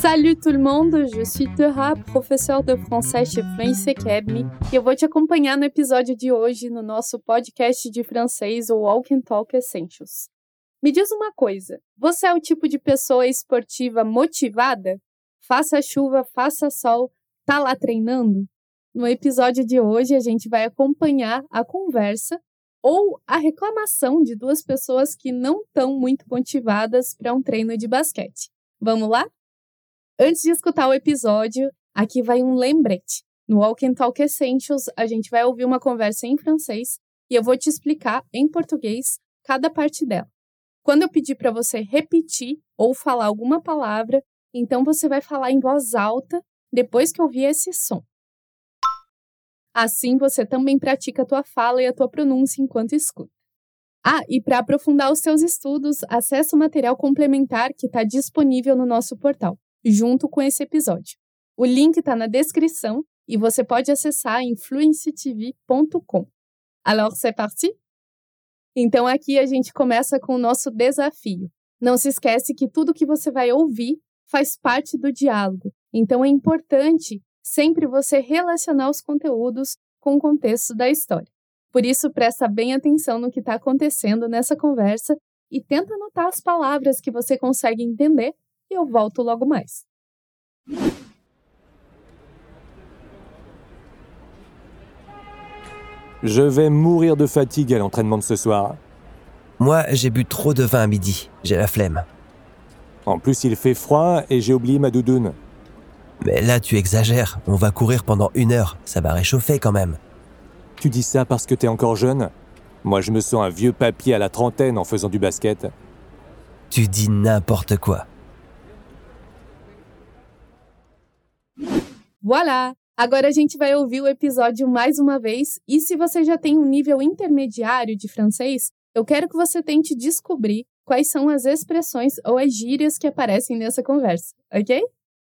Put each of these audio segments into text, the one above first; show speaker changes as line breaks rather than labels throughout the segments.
Salut tout le monde, je suis Teha, professeur de français chez Fluency Academy, e eu vou te acompanhar no episódio de hoje no nosso podcast de francês, o Walk and Talk Essentials. Me diz uma coisa, você é o tipo de pessoa esportiva motivada? Faça chuva, faça sol, tá lá treinando? No episódio de hoje a gente vai acompanhar a conversa ou a reclamação de duas pessoas que não estão muito motivadas para um treino de basquete. Vamos lá? Antes de escutar o episódio, aqui vai um lembrete. No Walk and Talk Essentials, a gente vai ouvir uma conversa em francês e eu vou te explicar em português cada parte dela. Quando eu pedir para você repetir ou falar alguma palavra, então você vai falar em voz alta depois que ouvir esse som. Assim você também pratica a tua fala e a tua pronúncia enquanto escuta. E para aprofundar os seus estudos, acesse o material complementar que está disponível no nosso portal, junto com esse episódio. O link está na descrição e você pode acessar em fluencytv.com. Alors, c'est parti? Então aqui a gente começa com o nosso desafio. Não se esquece que tudo que você vai ouvir faz parte do diálogo. Então é importante sempre você relacionar os conteúdos com o contexto da história. Por isso, presta bem atenção no que está acontecendo nessa conversa e tenta anotar as palavras que você consegue entender e eu volto logo mais.
Je vais mourir de fatigue à l'entraînement de ce soir.
Moi, j'ai bu trop de vin à midi. J'ai la flemme.
En plus, il fait froid et j'ai oublié ma doudoune.
Mais là, tu exagères. On va courir pendant 1 heure. Ça va réchauffer quand même.
Tu dis ça parce que t'es encore jeune? Moi, je me sens un vieux papy à la trentaine en faisant du basket.
Tu dis n'importe quoi.
Voilà! Agora a gente vai ouvir o episódio mais uma vez e se você já tem um nível intermediário de francês, eu quero que você tente descobrir quais são as expressões ou as gírias que aparecem nessa conversa, ok?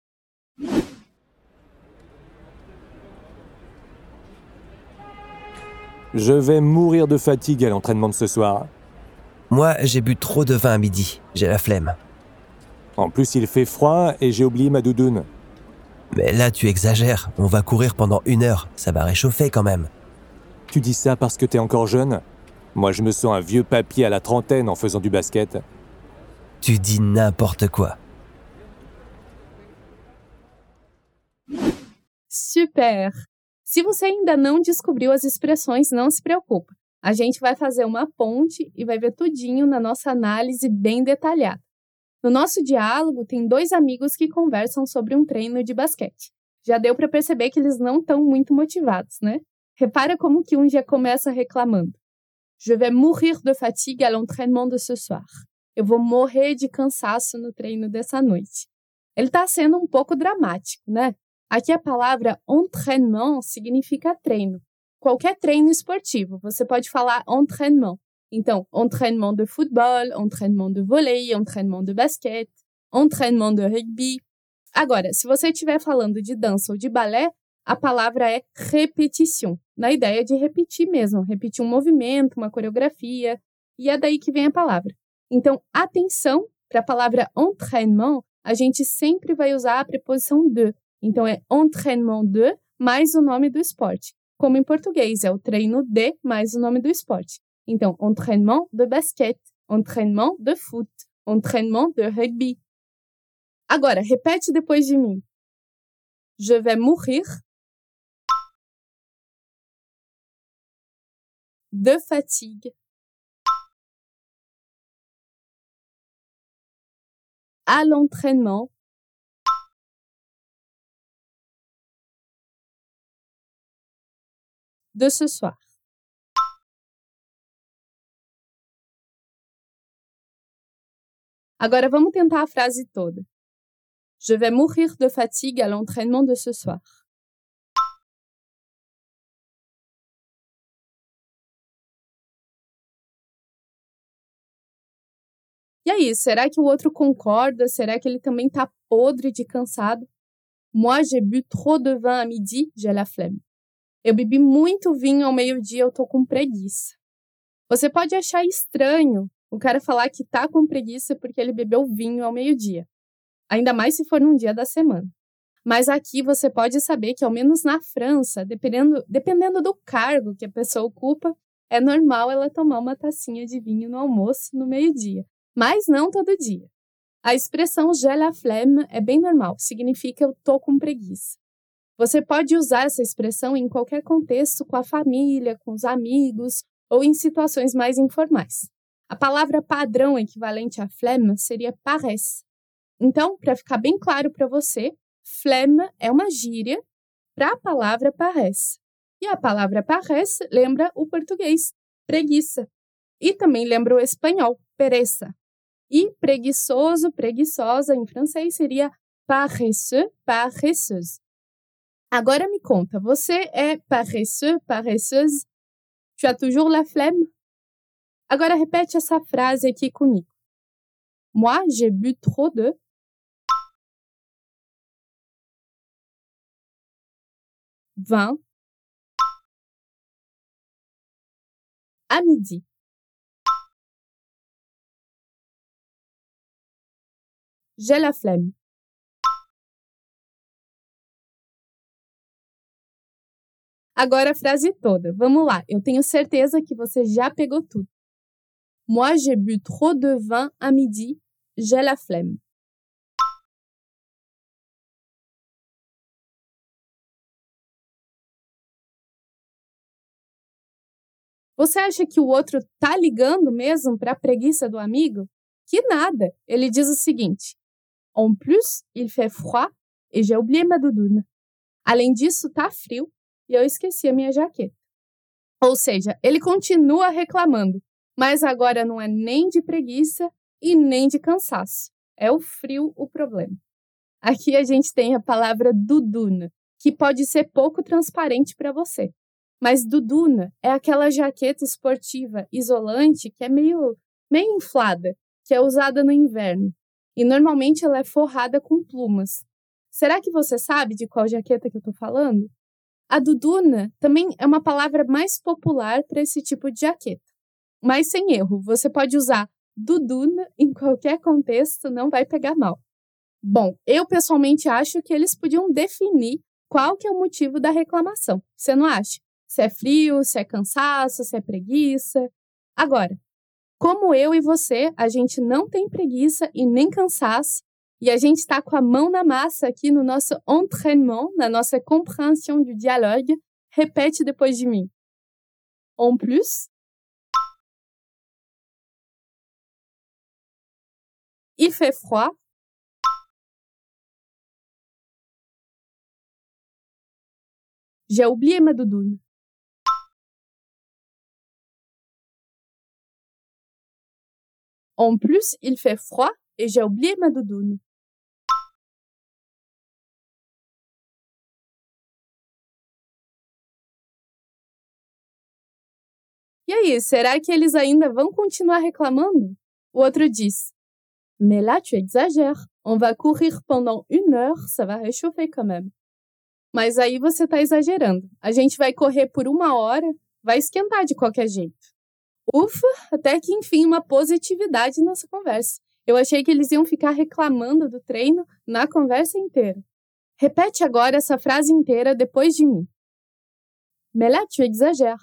Je vais mourir de fatigue à l'entraînement de ce soir.
Moi, j'ai bu trop de vin à midi. J'ai la flemme.
En plus, il fait froid et j'ai oublié ma doudoune.
Mais là, tu exagères. On va courir pendant 1 heure. Ça va réchauffer quand même.
Tu dis ça parce que t'es encore jeune? Moi, je me sens un vieux papy à la trentaine en faisant du basket.
Tu dis n'importe quoi.
Super! Se você ainda não descobriu as expressões, não se preocupa. A gente vai fazer uma ponte e vai ver tudinho na nossa análise bem detalhada. No nosso diálogo, tem 2 amigos que conversam sobre um treino de basquete. Já deu para perceber que eles não estão muito motivados, né? Repara como que um já começa reclamando. Je vais mourir de fatigue à l'entraînement de ce soir. Eu vou morrer de cansaço no treino dessa noite. Ele está sendo um pouco dramático, né? Aqui a palavra entraînement significa treino. Qualquer treino esportivo, você pode falar entraînement. Então, entraînement de futebol, entraînement de vôlei, entraînement de basquete, entraînement de rugby. Agora, se você estiver falando de dança ou de balé, a palavra é répétition, na ideia de repetir mesmo, repetir um movimento, uma coreografia, e é daí que vem a palavra. Então, atenção, para a palavra entraînement, a gente sempre vai usar a preposição de. Então, é entraînement de mais o nome do esporte. Como em português, é o treino de mais o nome do esporte. Então, entraînement de basquete, entraînement de foot, entraînement de rugby. Agora, repete depois de mim. Je vais mourir de fatigue à l'entraînement de ce soir. Agora vamos tentar a frase toda. Je vais mourir de fatigue à l'entraînement de ce soir. E aí, será que o outro concorda? Será que ele também tá podre de cansado? Moi, j'ai bu trop de vin à midi, j'ai la flemme. Eu bebi muito vinho ao meio-dia, eu tô com preguiça. Você pode achar estranho o cara falar que tá com preguiça porque ele bebeu vinho ao meio-dia. ainda mais se for num dia da semana. Mas aqui você pode saber que, ao menos na França, dependendo do cargo que a pessoa ocupa, é normal ela tomar uma tacinha de vinho no almoço no meio-dia, mas não todo dia. A expressão j'ai la flemme é bem normal, significa eu tô com preguiça. Você pode usar essa expressão em qualquer contexto com a família, com os amigos ou em situações mais informais. A palavra padrão equivalente a flemme seria paresse. Então, para ficar bem claro para você, flemme é uma gíria para a palavra paresse. E a palavra paresse lembra o português, preguiça. E também lembra o espanhol, pereza. E preguiçoso, preguiçosa em francês seria paresseux, paresseuse. Agora me conta, você é paresseux, paresseuse? Tu as toujours la flemme? Agora repete essa frase aqui comigo. Moi, j'ai bu trop de... vin à midi. J'ai la flemme. Agora a frase toda. Vamos lá. Eu tenho certeza que você já pegou tudo. Moi, j'ai bu trop de vin à midi. J'ai la flemme. Você acha que o outro tá ligando mesmo para a preguiça do amigo? Que nada. Ele diz o seguinte. En plus, il fait froid et j'ai oublié ma doudoune. Além disso, tá frio e eu esqueci a minha jaqueta. Ou seja, ele continua reclamando, mas agora não é nem de preguiça e nem de cansaço. É o frio o problema. Aqui a gente tem a palavra doudoune, que pode ser pouco transparente para você. Mas doudoune é aquela jaqueta esportiva isolante que é meio inflada, que é usada no inverno. E normalmente ela é forrada com plumas. Será que você sabe de qual jaqueta que eu estou falando? A doudoune também é uma palavra mais popular para esse tipo de jaqueta. Mas sem erro, você pode usar doudoune em qualquer contexto, não vai pegar mal. Bom, eu pessoalmente acho que eles podiam definir qual que é o motivo da reclamação. Você não acha? Se é frio, se é cansaço, se é preguiça. Agora, como eu e você, a gente não tem preguiça e nem cansaço, e a gente está com a mão na massa aqui no nosso entraînement, na nossa comprehension du dialogue, repete depois de mim. En plus, il fait froid. J'ai oublié ma doudoune. En plus, il fait froid et j'ai oublié ma doudoune. E aí, será que eles ainda vão continuar reclamando? O outro diz, mais là tu exagères, on va courir pendant 1 heure, ça va réchauffer quand même. Mas aí você está exagerando. A gente vai correr por 1 hora, vai esquentar de qualquer jeito. Ufa, até que enfim uma positividade nessa conversa. Eu achei que eles iam ficar reclamando do treino na conversa inteira. Repete agora essa frase inteira depois de mim. Mais là tu exagères.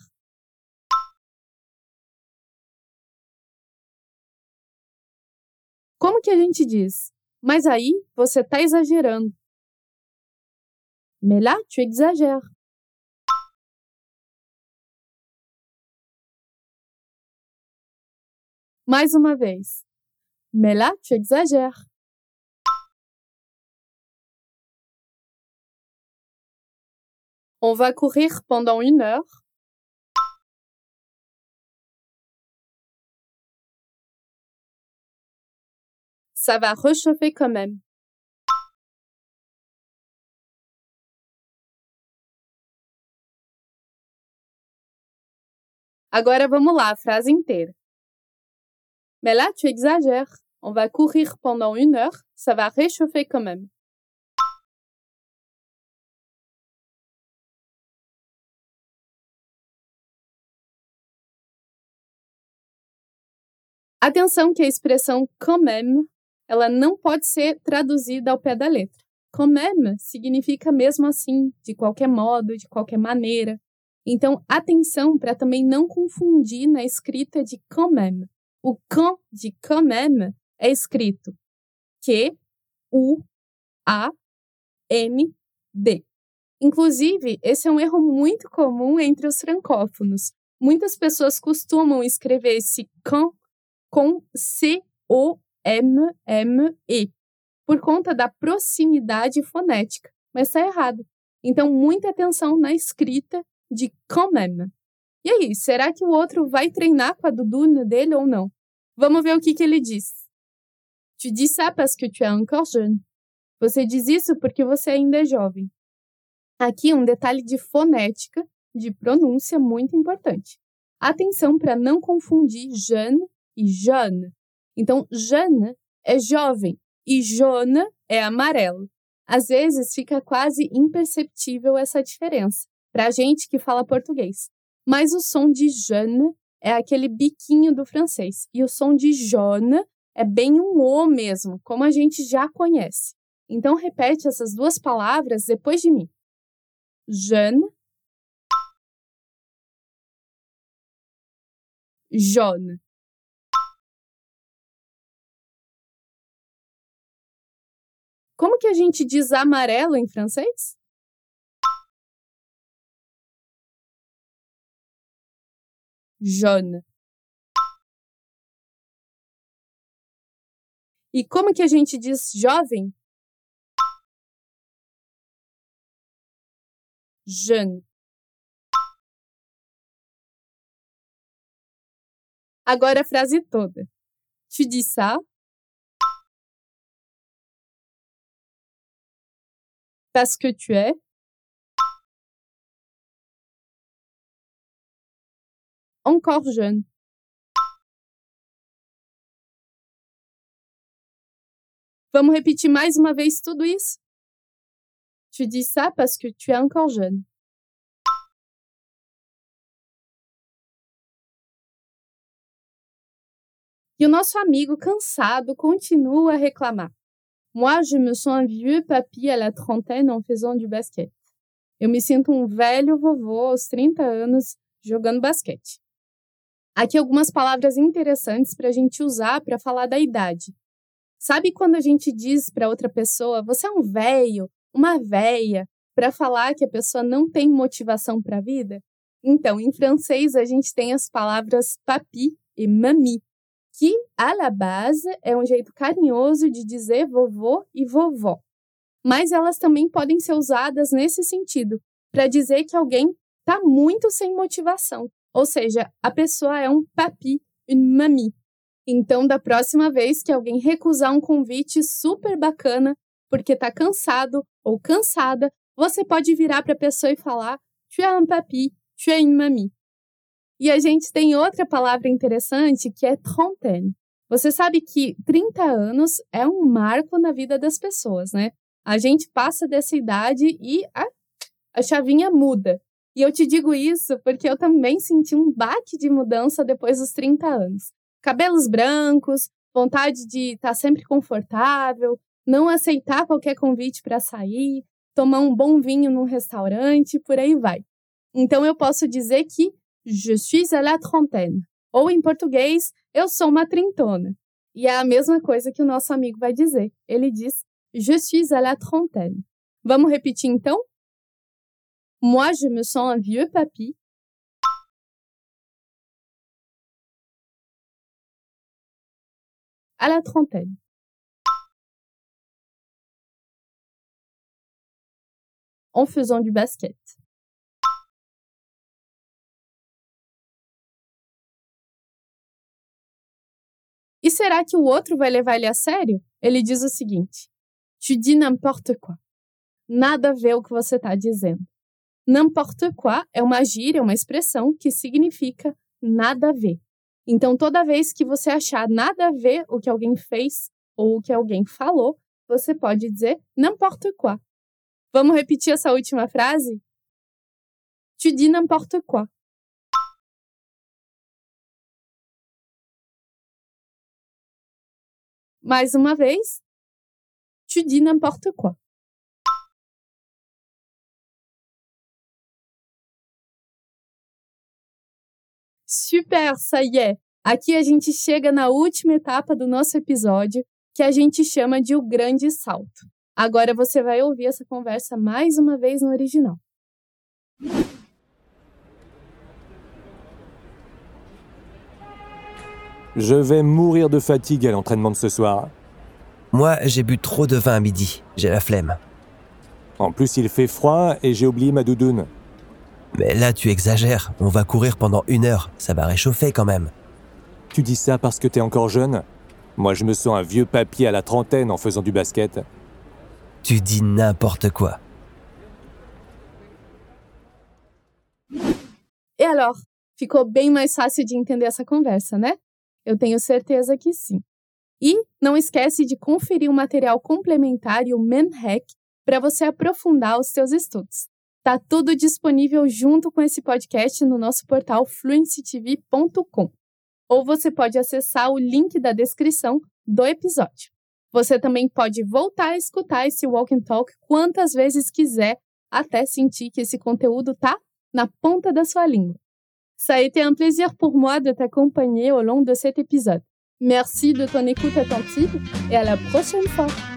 Como que a gente diz? Mas aí você está exagerando. Mais là tu exagères. Mais uma vez. Mais là tu exagères. On va courir pendant 1 heure. Ça va réchauffer quand même. Agora vamos lá, a frase inteira. Mais là, tu exagères. On va courir pendant 1 heure. Ça va réchauffer quand même. Atenção que a expressão quand même, ela não pode ser traduzida ao pé da letra. Quand même significa mesmo assim, de qualquer modo, de qualquer maneira. Então, atenção para também não confundir na escrita de quand même. O quand de quand même é escrito Q-U-A-M-D. Inclusive, esse é um erro muito comum entre os francófonos. Muitas pessoas costumam escrever esse quand com C-O-M-M-E, por conta da proximidade fonética, mas está errado. Então, muita atenção na escrita de quand même. E aí, será que o outro vai treinar com a duduna dele ou não? Vamos ver o que ele diz. Tu dis ça parce que tu es encore jeune. Você diz isso porque você ainda é jovem. Aqui um detalhe de fonética, de pronúncia muito importante. Atenção para não confundir jeune e jeune. Então, jeune é jovem e jaune é amarelo. Às vezes fica quase imperceptível essa diferença para a gente que fala português. Mas o som de jeune é aquele biquinho do francês. E o som de jaune é bem um O mesmo, como a gente já conhece. Então, repete essas duas palavras depois de mim. Jeune, jaune. Como que a gente diz amarelo em francês? Jaune. E como que a gente diz jovem? Jeune. Agora a frase toda. Tu dis ça parce que tu es encore jeune. Vamos repetir mais uma vez tudo isso? Tu dis ça parce que tu es encore jeune. E o nosso amigo cansado continua a reclamar. Moi, je me sens un vieux papy à la trentaine en faisant du basket. Eu me sinto um velho vovô aos 30 anos jogando basquete. Aqui algumas palavras interessantes para a gente usar para falar da idade. Sabe quando a gente diz para outra pessoa, você é um velho, uma véia, para falar que a pessoa não tem motivação para a vida? Então, em francês, a gente tem as palavras papi e mamie, que, à la base, é um jeito carinhoso de dizer vovô e vovó. Mas elas também podem ser usadas nesse sentido, para dizer que alguém está muito sem motivação. Ou seja, a pessoa é um papi, une mamie. Então, da próxima vez que alguém recusar um convite super bacana, porque está cansado ou cansada, você pode virar para a pessoa e falar tu es un papi, tu es une mamie. E a gente tem outra palavra interessante que é trentaine. Você sabe que 30 anos é um marco na vida das pessoas, né? A gente passa dessa idade e a chavinha muda. E eu te digo isso porque eu também senti um baque de mudança depois dos 30 anos. Cabelos brancos, vontade de estar sempre confortável, não aceitar qualquer convite para sair, tomar um bom vinho num restaurante, por aí vai. Então eu posso dizer que je suis à la trentaine. Ou em português, eu sou uma trintona. E é a mesma coisa que o nosso amigo vai dizer. Ele diz je suis à la trentaine. Vamos repetir então? Moi, je me sens un vieux papy. À la trentaine. En faisant du basket. E será que o outro vai levar ele a sério? Ele diz o seguinte: tu dis n'importe quoi. Nada a ver o que você está dizendo. N'importe quoi é uma gíria, uma expressão que significa nada a ver. Então, toda vez que você achar nada a ver o que alguém fez ou o que alguém falou, você pode dizer n'importe quoi. Vamos repetir essa última frase? Tu dis n'importe quoi. Mais uma vez, tu dis n'importe quoi. Super, ça y est! Aqui a gente chega na última etapa do nosso episódio, que a gente chama de o grande salto. Agora você vai ouvir essa conversa mais uma vez no original.
Je vais mourir de fatigue à l'entraînement de ce soir.
Moi, j'ai bu trop de vin à midi. J'ai la flemme.
En plus, il fait froid et j'ai oublié ma doudoune.
Mais là, tu exagères. On va courir pendant 1 heure. Ça va réchauffer quand même.
Tu dis ça parce que t'es encore jeune? Moi, je me sens un vieux papy à la trentaine en faisant du basket.
Tu dis n'importe quoi.
E alors, ficou bem mais fácil de entender essa conversa, né? Eu tenho certeza que sim. E não esquece de conferir o material complementar e o ManHack para você aprofundar os seus estudos. Tá tudo disponível junto com esse podcast no nosso portal fluencytv.com. Ou você pode acessar o link da descrição do episódio. Você também pode voltar a escutar esse Walk and Talk quantas vezes quiser, até sentir que esse conteúdo tá na ponta da sua língua. Ça a été un plaisir pour moi de t'accompagner au long de cet épisode. Merci de ton écoute attentive et à la prochaine fois.